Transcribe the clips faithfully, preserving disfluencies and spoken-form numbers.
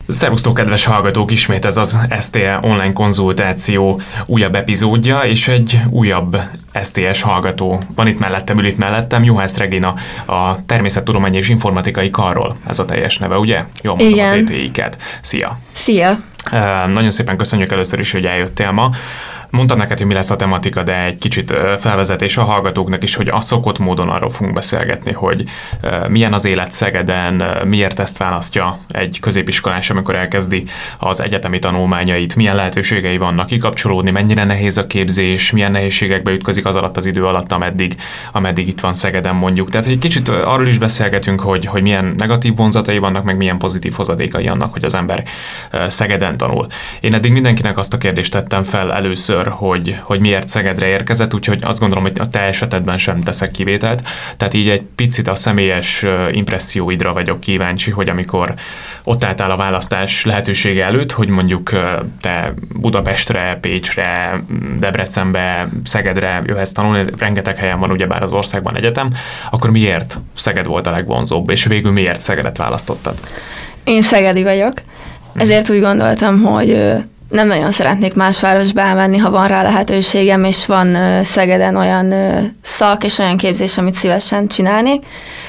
Szervusztok, kedves hallgatók! Ismét ez az es té e online konzultáció újabb epizódja, és egy újabb es té es hallgató van itt mellettem, ül itt mellettem, Juhász Regina, a Természettudományi és Informatikai Karról. Ez a teljes neve, ugye? Jól mondom. Igen. A té té í-ket. Szia! Szia! Uh, nagyon szépen köszönjük először is, hogy eljöttél ma. Mondtam neked, hogy mi lesz a tematika, de egy kicsit felvezetés a hallgatóknak is, hogy a szokott módon arról fogunk beszélgetni, hogy milyen az élet Szegeden, miért ezt választja egy középiskolás, amikor elkezdi az egyetemi tanulmányait, milyen lehetőségei vannak kikapcsolódni, mennyire nehéz a képzés, milyen nehézségekbe ütközik az alatt az idő alatt, ameddig, ameddig itt van Szegeden mondjuk. Tehát egy kicsit arról is beszélgetünk, hogy, hogy milyen negatív vonzatai vannak, meg milyen pozitív hozadékai annak, hogy az ember Szegeden tanul. Én eddig mindenkinek azt a kérdést tettem fel először, Hogy, hogy miért Szegedre érkezett, úgyhogy azt gondolom, hogy a te esetedben sem teszek kivételt. Tehát így egy picit a személyes impresszióidra vagyok kíváncsi, hogy amikor ott álltál a választás lehetősége előtt, hogy mondjuk te Budapestre, Pécsre, Debrecenbe, Szegedre jöhetsz tanulni, rengeteg helyen van ugyebár az országban egyetem, akkor miért Szeged volt a legvonzóbb, és végül miért Szegedet választottad? Én szegedi vagyok, ezért úgy gondoltam, hogy nem nagyon szeretnék más városba elmenni, ha van rá lehetőségem, és van uh, Szegeden olyan uh, szak és olyan képzés, amit szívesen csinálnék.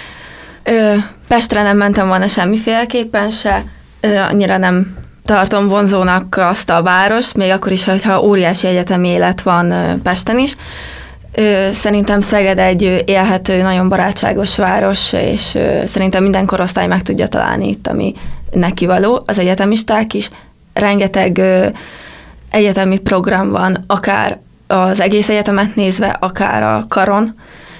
Uh, Pestre nem mentem volna semmiféleképpen se, uh, annyira nem tartom vonzónak azt a várost, még akkor is, hogyha óriási egyetemi élet van uh, Pesten is. Uh, szerintem Szeged egy élhető, nagyon barátságos város, és uh, szerintem minden korosztály meg tudja találni itt, ami neki való, az egyetemisták is. Rengeteg ö, egyetemi program van, akár az egész egyetemet nézve, akár a karon,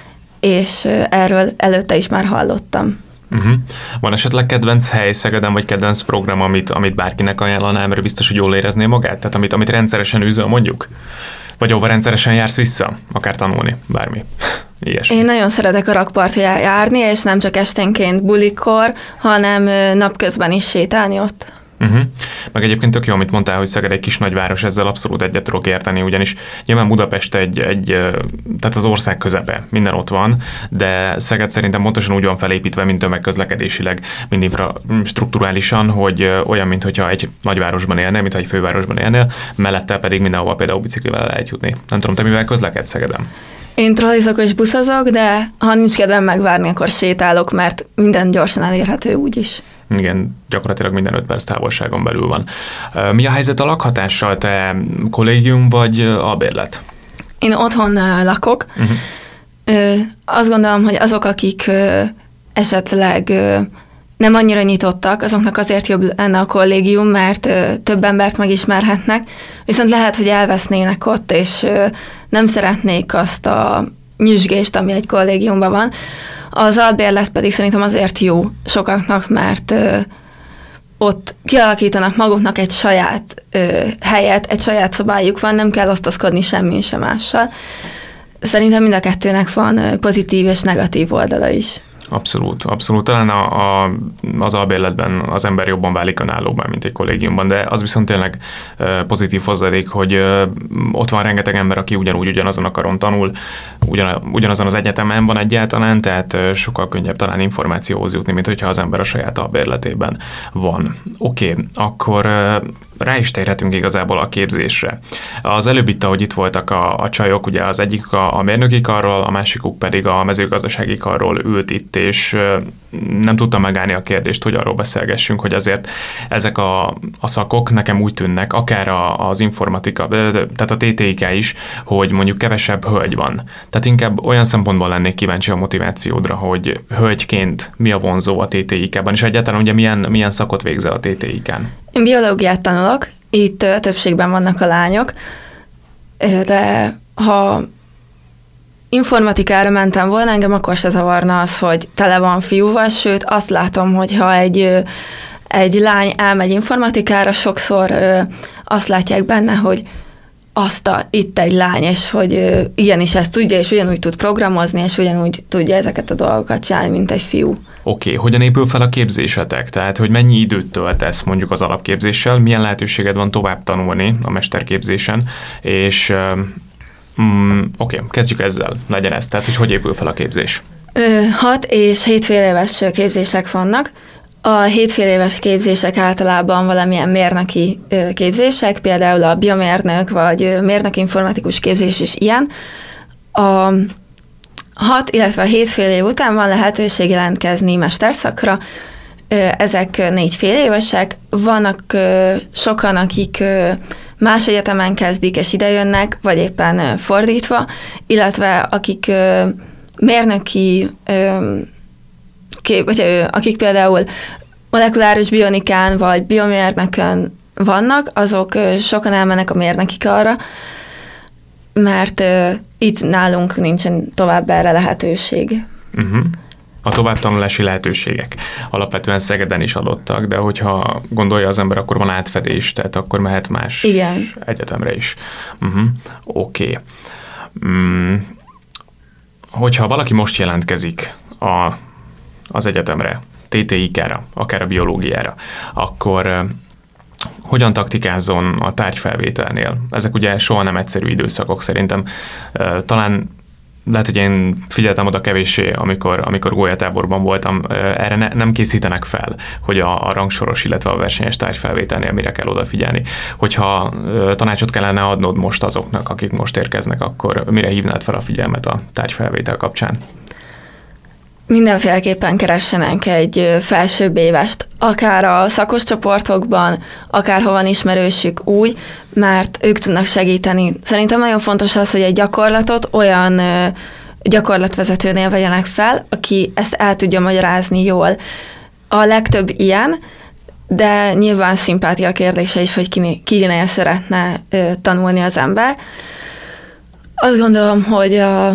és ö, erről előtte is már hallottam. Uh-huh. Van esetleg kedvenc hely Szegeden, vagy kedvenc program, amit, amit bárkinek ajánlanál, mert biztos, hogy jól érezné magát? Tehát amit, amit rendszeresen űzöl mondjuk? Vagy ahova rendszeresen jársz vissza? Akár tanulni, bármi. Ilyesmi. Én nagyon szeretek a rakpartra járni, és nem csak esténként bulikor, hanem ö, napközben is sétálni ott. Uh-huh. Meg egyébként tök jó, amit mondtál, hogy Szeged egy kis nagyváros, ezzel abszolút egyet tudok érteni, ugyanis nyilván Budapest egy, egy, tehát az ország közepe, minden ott van, de Szeged szerintem pontosan úgy van felépítve, mint tömegközlekedésileg, mind infrastrukturálisan, hogy olyan, mintha egy nagyvárosban élnél, mintha egy fővárosban élnél, mellette pedig mindenhova például biciklivel lehet jutni. Nem tudom, te mivel közlekedsz Szegeden? Én trollizok és buszozok, de ha nincs kedvem megvárni, akkor sétálok, mert minden gyorsan elérhető úgyis. Igen, gyakorlatilag minden öt perc távolságon belül van. Mi a helyzet a lakhatással? Te kollégium vagy albérlet? Én otthon lakok. Uh-huh. Azt gondolom, hogy azok, akik esetleg nem annyira nyitottak, azoknak azért jobb lenne a kollégium, mert több embert megismerhetnek, viszont lehet, hogy elvesznének ott, és nem szeretnék azt a nyüzsgést, ami egy kollégiumban van. Az albérlet pedig szerintem azért jó sokaknak, mert ö, ott kialakítanak maguknak egy saját ö, helyet, egy saját szobájuk van, nem kell osztozkodni semmi sem mással. Szerintem mind a kettőnek van ö, pozitív és negatív oldala is. Abszolút, abszolút. Talán a, a, az albérletben az ember jobban válik önállóban, mint egy kollégiumban, de az viszont tényleg uh, pozitív hozzáadék, hogy uh, ott van rengeteg ember, aki ugyanúgy ugyanazon a karon tanul, ugyan, ugyanazon az egyetemen van egyáltalán, tehát uh, sokkal könnyebb talán információhoz jutni, mint hogyha az ember a saját albérletében van. Oké, okay, akkor uh, rá is térhetünk igazából a képzésre. Az előbb itt, ahogy itt voltak a, a csajok, ugye az egyik a, a mérnöki karról, a másikuk pedig a mezőgazdasági karról ült itt, és nem tudtam megállni a kérdést, hogy arról beszélgessünk, hogy azért ezek a, a szakok nekem úgy tűnnek, akár a, az informatika, tehát a té té í ká is, hogy mondjuk kevesebb hölgy van. Tehát inkább olyan szempontból lennék kíváncsi a motivációdra, hogy hölgyként mi a vonzó a té té í ká-ban, és egyáltalán ugye milyen, milyen szakot végzel a té té í ká-n? Én biológiát tanulok, itt többségben vannak a lányok, de ha informatikára mentem volna, engem akkor se zavarna az, hogy tele van fiúval, sőt azt látom, hogy ha egy, egy lány elmegy informatikára, sokszor azt látják benne, hogy azt a, itt egy lány, és hogy ilyen is ezt tudja, és ugyanúgy tud programozni, és ugyanúgy tudja ezeket a dolgokat csinálni, mint egy fiú. Oké, okay. Hogyan épül fel a képzésetek? Tehát, hogy mennyi időt töltesz mondjuk az alapképzéssel, milyen lehetőséged van tovább tanulni a mesterképzésen, és mm, oké, okay, kezdjük ezzel, legyen ez. Tehát, hogy hogy épül fel a képzés? Ö, hat és hétfél éves képzések vannak. A hétfél éves képzések általában valamilyen mérnöki képzések, például a biomérnök vagy mérnök informatikus képzés is ilyen. A hat, illetve a hétfél év után van lehetőség jelentkezni mesterszakra. Ezek négy fél évesek. Vannak sokan, akik más egyetemen kezdik és idejönnek, vagy éppen fordítva, illetve akik mérnöki, vagy akik például molekuláris bionikán vagy biomérnökön vannak, azok sokan elmennek a mérnöki karra, mert itt nálunk nincsen tovább erre lehetőség. Uh-huh. A továbbtanulási lehetőségek alapvetően Szegeden is adottak, de hogyha gondolja az ember, akkor van átfedés, tehát akkor mehet más Igen. egyetemre is. Uh-huh. Oké. Okay. Mm. Hogyha valaki most jelentkezik a, az egyetemre, té té i ká-ra, akár a biológiára, akkor uh, hogyan taktikázzon a tárgyfelvételnél? Ezek ugye soha nem egyszerű időszakok szerintem. Uh, talán lehet, hogy én figyeltem oda kevéssé, amikor, amikor gólyatáborban voltam, erre ne, nem készítenek fel, hogy a, a rangsoros, illetve a versenyes tárgyfelvételnél mire kell odafigyelni. Hogyha tanácsot kellene adnod most azoknak, akik most érkeznek, akkor mire hívnád fel a figyelmet a tárgyfelvétel kapcsán? Mindenféleképpen keressenek egy felsőbb évest, akár a szakos csoportokban, akár ha van ismerősük új, mert ők tudnak segíteni. Szerintem nagyon fontos az, hogy egy gyakorlatot olyan gyakorlatvezetőnél vegyenek fel, aki ezt el tudja magyarázni jól. A legtöbb ilyen, de nyilván szimpátia kérdése is, hogy kiné, kinél szeretne tanulni az ember. Azt gondolom, hogy a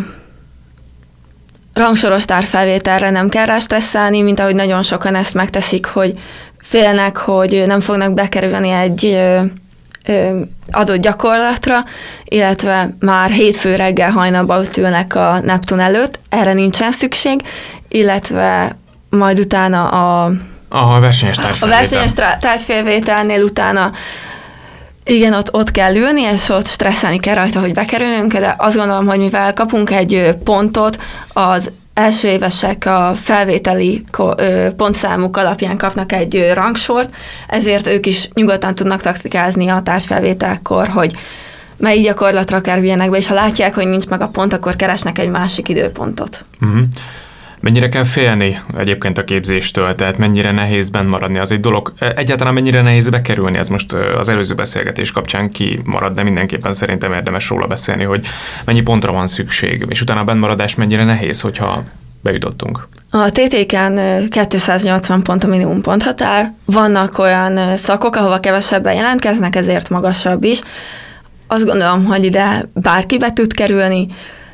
rangsoros tárgyfelvételre nem kell rá stresszelni, mint ahogy nagyon sokan ezt megteszik, hogy félnek, hogy nem fognak bekerülni egy ö, ö, adott gyakorlatra, illetve már hétfő reggel hajnalban ott ülnek a Neptun előtt, erre nincsen szükség, illetve majd utána a, a versenyes tárgyfelvétel. A versenyes tárgyfelvételnél utána igen, ott, ott kell ülni, és ott stresszelni kell rajta, hogy bekerülünk, de azt gondolom, hogy mivel kapunk egy pontot, az első évesek a felvételi pontszámuk alapján kapnak egy rangsort, ezért ők is nyugodtan tudnak taktikázni a tárgyfelvételkor, hogy mely gyakorlatra kerüljenek be, és ha látják, hogy nincs meg a pont, akkor keresnek egy másik időpontot. Uh-huh. Mennyire kell félni egyébként a képzéstől, tehát mennyire nehéz benn maradni? Az egy dolog, egyáltalán mennyire nehéz bekerülni, ez most az előző beszélgetés kapcsán kimarad, de mindenképpen szerintem érdemes róla beszélni, hogy mennyi pontra van szükség, és utána a bennmaradás mennyire nehéz, hogyha bejutottunk. A té té ká-n kétszáznyolcvan pont a minimum ponthatár, vannak olyan szakok, ahova kevesebben jelentkeznek, ezért magasabb is. Azt gondolom, hogy ide bárki be tud kerülni,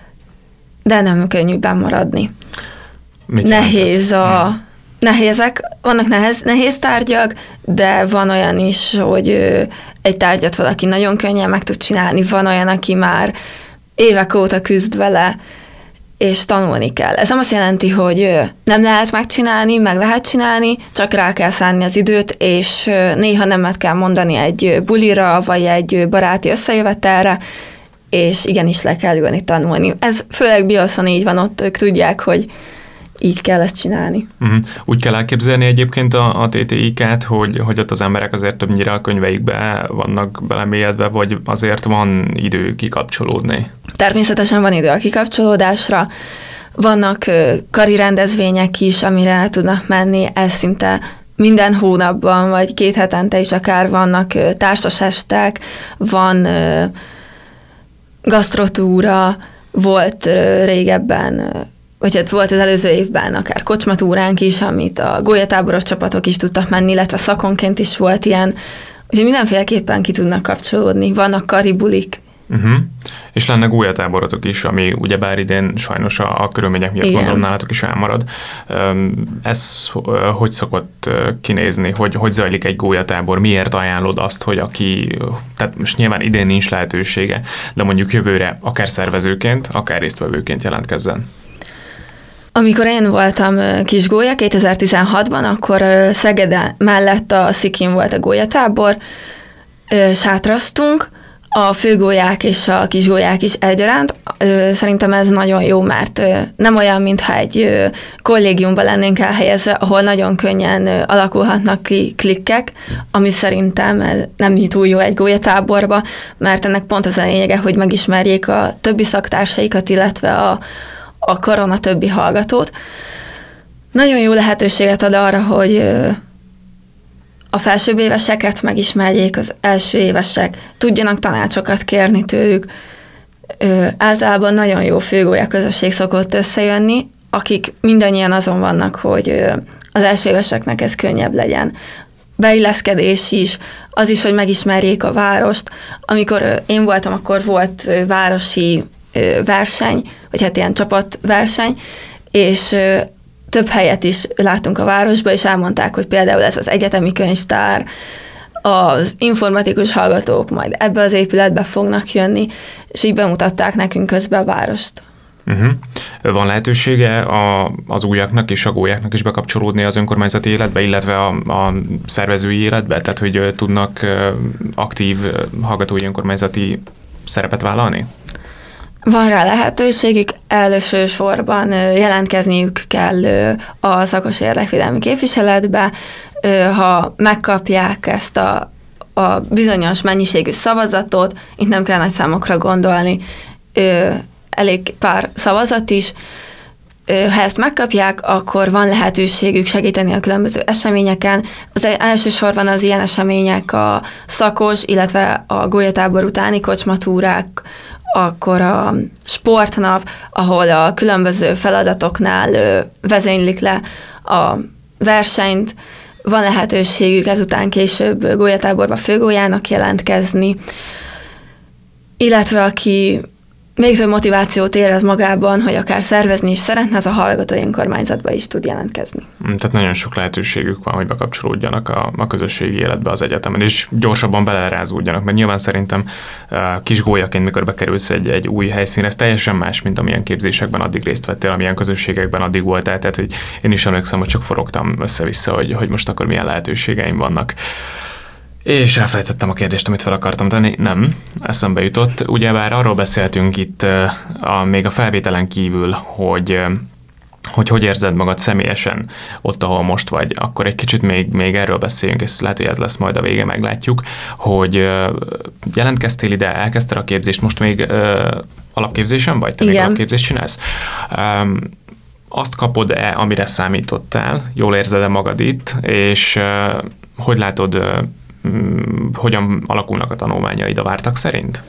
de nem könnyű bennmaradni. Mit nehéz a... Hmm. Nehézek, vannak nehéz, nehéz tárgyak, de van olyan is, hogy egy tárgyat valaki nagyon könnyen meg tud csinálni, van olyan, aki már évek óta küzd vele, és tanulni kell. Ez nem azt jelenti, hogy nem lehet megcsinálni, meg lehet csinálni, csak rá kell szánni az időt, és néha nemet kell mondani egy bulira, vagy egy baráti összejövetelre, és igenis le kell ülni tanulni. Ez főleg bioszon így van, ott ők tudják, hogy így kell ezt csinálni. Uh-huh. Úgy kell elképzelni egyébként a, a té té i ká-t, hogy, hogy ott az emberek azért többnyire a könyveikbe vannak belemélyedve, vagy azért van idő kikapcsolódni? Természetesen van idő a kikapcsolódásra. Vannak kari rendezvények is, amire el tudnak menni, ez szinte minden hónapban, vagy két hetente is akár vannak társasestek, van gasztrotúra, volt régebben, vagy hát volt az előző évben akár kocsmatúránk is, amit a gólyatáboros csapatok is tudtak menni, illetve szakonként is volt ilyen, úgyhogy mindenféleképpen ki tudnak kapcsolódni. Vannak karibulik. Uh-huh. És lenne gólyatáborotok is, ami ugyebár idén sajnos a, a körülmények miatt gondolom nálatok is elmarad. Ez hogy szokott kinézni? Hogy, hogy zajlik egy gólyatábor? Miért ajánlod azt, hogy aki, tehát most nyilván idén nincs lehetősége, de mondjuk jövőre akár szervezőként, akár résztvevőként jelentkezzen? Amikor én voltam kisgólya kétezer-tizenhatban, akkor Szegeden mellett a Szikin volt a gólyatábor, sátraztunk, a főgólyák és a kisgólyák is egyaránt. Szerintem ez nagyon jó, mert nem olyan, mintha egy kollégiumban lennénk elhelyezve, ahol nagyon könnyen alakulhatnak ki klikkek, ami szerintem nem túl jó egy gólyatáborba, mert ennek pont az a lényege, hogy megismerjék a többi szaktársaikat, illetve a, a karon a többi hallgatót. Nagyon jó lehetőséget ad arra, hogy a felsőbb éveseket megismerjék, az első évesek, tudjanak tanácsokat kérni tőlük. Ö, általában nagyon jó főgólya közösség szokott összejönni, akik mindannyian azon vannak, hogy ö, az első éveseknek ez könnyebb legyen. Beilleszkedés is, az is, hogy megismerjék a várost. Amikor ö, én voltam, akkor volt ö, városi ö, verseny, vagy hát ilyen csapatverseny, és ö, több helyet is látunk a városba, és elmondták, hogy például ez az egyetemi könyvtár, az informatikus hallgatók majd ebbe az épületbe fognak jönni, és így bemutatták nekünk közben a várost. Uh-huh. Van lehetősége a, az újaknak és a gólyáknak is bekapcsolódni az önkormányzati életbe, illetve a, a szervezői életbe? Tehát, hogy tudnak aktív hallgatói önkormányzati szerepet vállalni? Van rá lehetőségük, elsősorban jelentkezniük kell a szakos érdekvédelmi képviseletbe, ha megkapják ezt a, a bizonyos mennyiségű szavazatot, itt nem kell nagy számokra gondolni, elég pár szavazat is, ha ezt megkapják, akkor van lehetőségük segíteni a különböző eseményeken. Az elsősorban az ilyen események a szakos, illetve a gólyatábor utáni kocsmatúrák, akkor a sportnap, ahol a különböző feladatoknál vezénylik le a versenyt, van lehetőségük ezután később gólyatáborba főgólyának jelentkezni, illetve aki még több motivációt érez magában, hogy akár szervezni is szeretne, az a hallgatói önkormányzatba is tud jelentkezni. Tehát nagyon sok lehetőségük van, hogy bekapcsolódjanak a, a közösségi életbe az egyetemen, és gyorsabban belerázódjanak, mert nyilván szerintem uh, kis gólyaként, mikor bekerülsz egy, egy új helyszínre, ez teljesen más, mint amilyen képzésekben addig részt vettél, amilyen közösségekben addig voltál, tehát hogy én is emlékszem, hogy csak forogtam össze-vissza, hogy, hogy most akkor milyen lehetőségeim vannak. És elfelejtettem a kérdést, amit fel akartam tenni. Nem, eszembe jutott. Ugyebár arról beszéltünk itt a, még a felvételen kívül, hogy, hogy hogy érzed magad személyesen ott, ahol most vagy. Akkor egy kicsit még, még erről beszéljünk, és lehet, hogy ez lesz majd a vége, meglátjuk, hogy jelentkeztél ide, elkezdted a képzést, most még alapképzésen vagy? Te Igen. még alapképzést csinálsz? Um, azt kapod-e, amire számítottál? Jól érzed-e magad itt? És uh, hogy látod, uh, hogyan alakulnak a tanulmányaid a vártak szerint?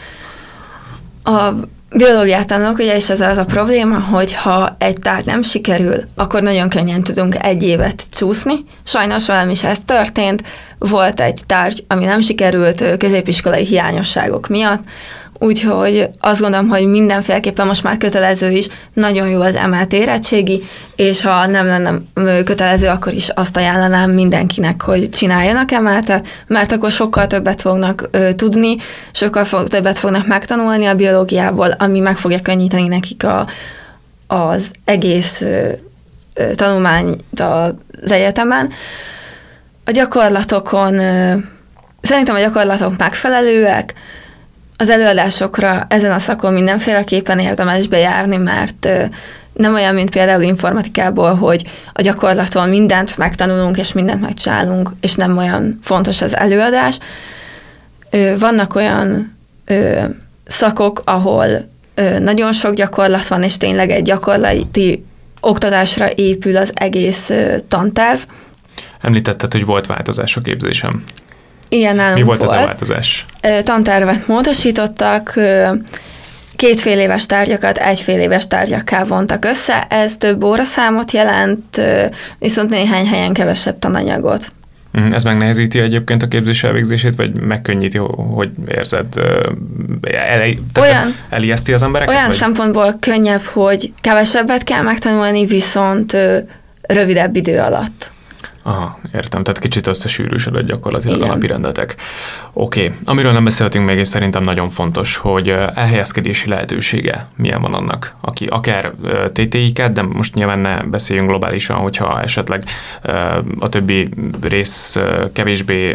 A biológiát tanulok, ugye, és ez az a probléma, hogy ha egy tárgy nem sikerül, akkor nagyon könnyen tudunk egy évet csúszni. Sajnos velem is ez történt. Volt egy tárgy, ami nem sikerült középiskolai hiányosságok miatt, úgyhogy azt gondolom, hogy mindenféleképpen most már kötelező is, nagyon jó az emelt érettségi, és ha nem lenne kötelező, akkor is azt ajánlanám mindenkinek, hogy csináljanak emeltet, mert akkor sokkal többet fognak ö, tudni, sokkal fog, többet fognak megtanulni a biológiából, ami meg fogja könnyíteni nekik a, az egész ö, ö, tanulmányt az egyetemen. A gyakorlatokon, ö, szerintem a gyakorlatok megfelelőek, az előadásokra ezen a szakon mindenféleképpen érdemes bejárni, mert nem olyan, mint például informatikából, hogy a gyakorlaton mindent megtanulunk, és mindent megcsinálunk, és nem olyan fontos az előadás. Vannak olyan szakok, ahol nagyon sok gyakorlat van, és tényleg egy gyakorlati oktatásra épül az egész tanterv. Említetted, hogy volt változás a képzésem. Igen, nálunk Mi volt, volt ez a változás? Tantervet módosítottak, két fél éves tárgyakat egy fél éves tárgyakká vontak össze, ez több óraszámot jelent, viszont néhány helyen kevesebb tananyagot. Ez megnehezíti egyébként a képzés elvégzését, vagy megkönnyíti, hogy érzed? El, olyan, elijeszti az embereket? Olyan vagy? szempontból könnyebb, hogy kevesebbet kell megtanulni, viszont rövidebb idő alatt. Aha, értem, tehát kicsit összesűrűsödött gyakorlatilag Igen. a napirendetek. Oké, okay. Amiről nem beszéltünk még, és szerintem nagyon fontos, hogy elhelyezkedési lehetősége milyen van annak, aki akár té té í-ket, de most nyilván ne beszéljünk globálisan, hogyha esetleg a többi rész kevésbé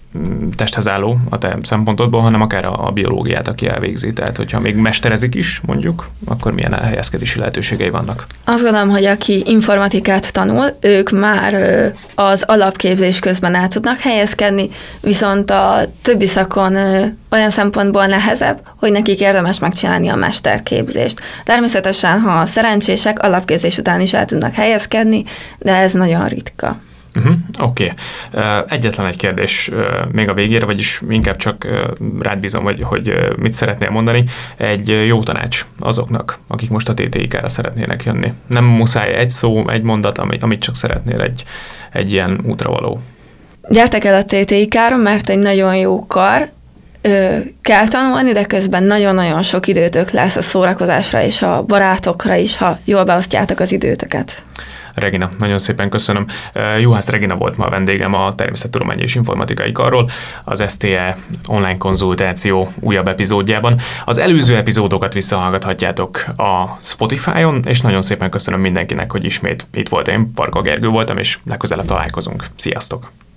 testhez álló a te szempontodból, hanem akár a, a biológiát, aki elvégzi. Tehát, hogyha még mesterezik is, mondjuk, akkor milyen elhelyezkedési lehetőségei vannak? Azt gondolom, hogy aki informatikát tanul, ők már az alapképzés közben el tudnak helyezkedni, viszont a többi szakon olyan szempontból nehezebb, hogy nekik érdemes megcsinálni a mesterképzést. Természetesen, ha szerencsések, alapképzés után is el tudnak helyezkedni, de ez nagyon ritka. Uh-huh, Oké. Okay. Egyetlen egy kérdés még a végére, vagyis inkább csak rád bízom, hogy, hogy mit szeretnél mondani. Egy jó tanács azoknak, akik most a té té i ká-ra szeretnének jönni. Nem muszáj egy szó, egy mondat, amit csak szeretnél egy, egy ilyen útra való. Gyertek el a té té i ká-ra, mert egy nagyon jó kar. Ö, kell tanulni, de közben nagyon-nagyon sok időtök lesz a szórakozásra és a barátokra is, ha jól beosztjátok az időtöket. Regina, nagyon szépen köszönöm. Juhász Regina volt ma a vendégem a Természettudományi és Informatikai Karról, az es té e online konzultáció újabb epizódjában. Az előző epizódokat visszahallgathatjátok a Spotify-on, és nagyon szépen köszönöm mindenkinek, hogy ismét itt volt. Én Parka Gergő voltam, és legközelebb találkozunk. Sziasztok!